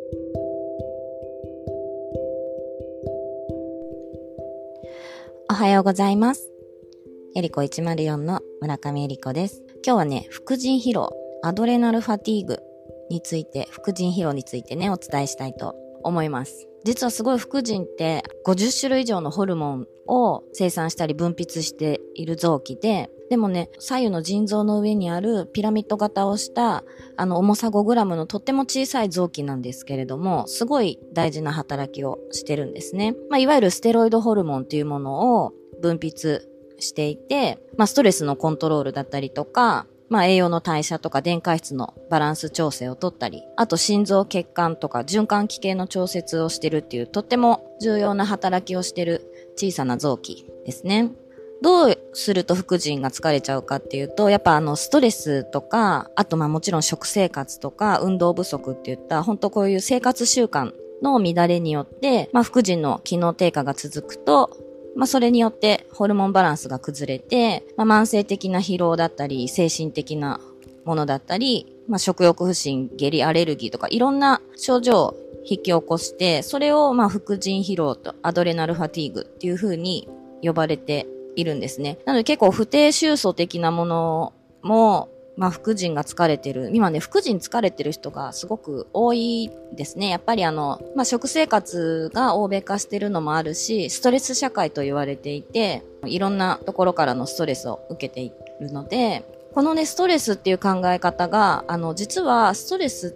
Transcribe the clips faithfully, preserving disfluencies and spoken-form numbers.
おはようございます。エリコいちまるよんの村上エリコです。今日はね、副腎疲労、アドレナルファティーグについて、副腎疲労についてね、お伝えしたいと思います。実はすごい副腎ってごじゅっしゅるい以上のホルモンを生産したり分泌している臓器で、でもね、左右の腎臓の上にあるピラミッド型をしたあの重さごグラムのとっても小さい臓器なんですけれども、すごい大事な働きをしてるんですね。まあ、いわゆるステロイドホルモンというものを分泌していて、まあ、ストレスのコントロールだったりとか、まあ、栄養の代謝とか電解質のバランス調整をとったり、あと心臓血管とか循環器系の調節をしてるっていうとっても重要な働きをしてる小さな臓器ですね。どうすると副腎が疲れちゃうかっていうと、やっぱあのストレスとか、あとまあもちろん食生活とか運動不足っていった本当こういう生活習慣の乱れによって、まあ副腎の機能低下が続くと、まあそれによってホルモンバランスが崩れて、まあ慢性的な疲労だったり、精神的なものだったり、まあ食欲不振、下痢アレルギーとかいろんな症状を引き起こして、それをまあ副腎疲労とアドレナルファティーグっていう風に呼ばれているんですね。なので結構不定収素的なものも、まあ副腎が疲れてる。今ね、副腎疲れてる人がすごく多いですね。やっぱりあの、まあ食生活が欧米化してるのもあるし、ストレス社会と言われていて、いろんなところからのストレスを受けているので、このね、ストレスっていう考え方が、あの、実はストレスって、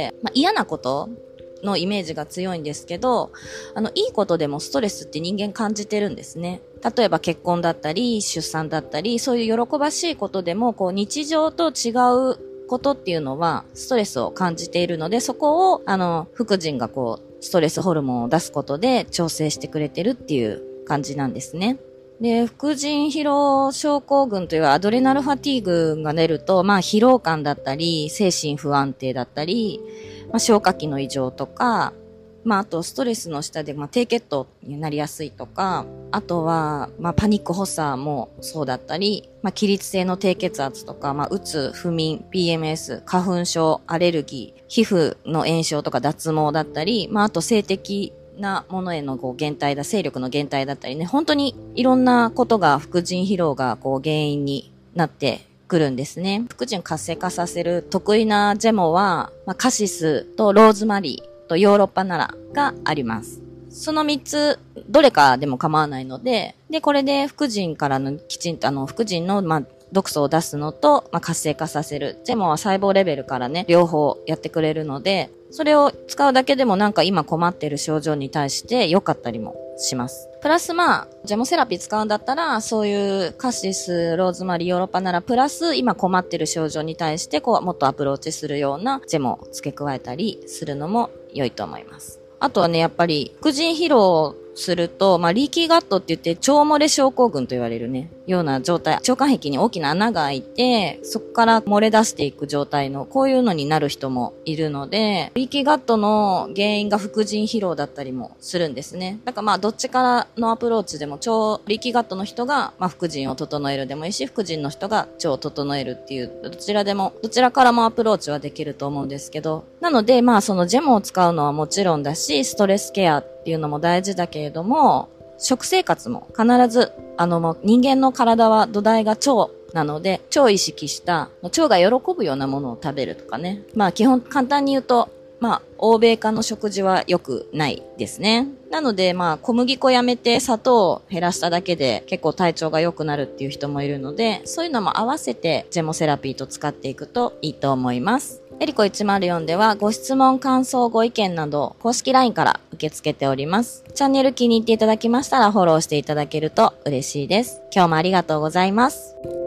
まあ嫌なことのイメージが強いんですけど、あの、いいことでもストレスって人間感じてるんですね。例えば結婚だったり、出産だったり、そういう喜ばしいことでも、こう、日常と違うことっていうのは、ストレスを感じているので、そこを、あの、副腎がこう、ストレスホルモンを出すことで調整してくれてるっていう感じなんですね。で、副腎疲労症候群というアドレナルファティーグが出ると、まあ、疲労感だったり、精神不安定だったり、まあ、消化器の異常とか、まあ、あとストレスの下で、まあ、低血糖になりやすいとか、あとは、まあ、パニック発作もそうだったり、まあ、起立性の低血圧とか、まあ、うつ、不眠、ピーエムエス、花粉症、アレルギー、皮膚の炎症とか脱毛だったり、まあ、あと性的なものへのこう減退だ、勢力の減退だったりね、本当にいろんなことが副腎疲労がこう原因になってくるんですね。副腎活性化させる得意なジェモは、まあ、カシスとローズマリーとヨーロッパナラがあります。そのみっつ、どれかでも構わないので、で、これで副腎からのきちんとあの、副腎の、まあ、毒素を出すのと、まあ、活性化させる。ジェモは細胞レベルからね、両方やってくれるので、それを使うだけでもなんか今困っている症状に対して良かったりもします。プラスまあ、ジェモセラピー使うんだったら、そういうカシス、ローズマリー、ヨーロッパならプラス今困っている症状に対してこう、もっとアプローチするようなジェモを付け加えたりするのも良いと思います。あとはね、やっぱり、副腎疲労すると、まあ、リーキーガットって言って、腸漏れ症候群と言われるね、ような状態。腸管壁に大きな穴が開いて、そこから漏れ出していく状態の、こういうのになる人もいるので、リーキーガットの原因が副腎疲労だったりもするんですね。だからまあ、どっちからのアプローチでも、腸、リーキーガットの人が、まあ、副腎を整えるでもいいし、副腎の人が腸を整えるっていう、どちらでも、どちらからもアプローチはできると思うんですけど、なので、まあ、そのジェモを使うのはもちろんだし、ストレスケアっていうのも大事だけれども、食生活も必ず、あのもう人間の体は土台が腸なので、腸を意識した、腸が喜ぶようなものを食べるとかね。まあ基本簡単に言うと、まあ欧米化の食事は良くないですね。なのでまあ小麦粉やめて砂糖を減らしただけで結構体調が良くなるっていう人もいるので、そういうのも合わせてジェモセラピーと使っていくといいと思います。エリコいちまるよんではご質問、感想、ご意見など公式 ライン から受け付けております。チャンネル気に入っていただきましたらフォローしていただけると嬉しいです。今日もありがとうございます。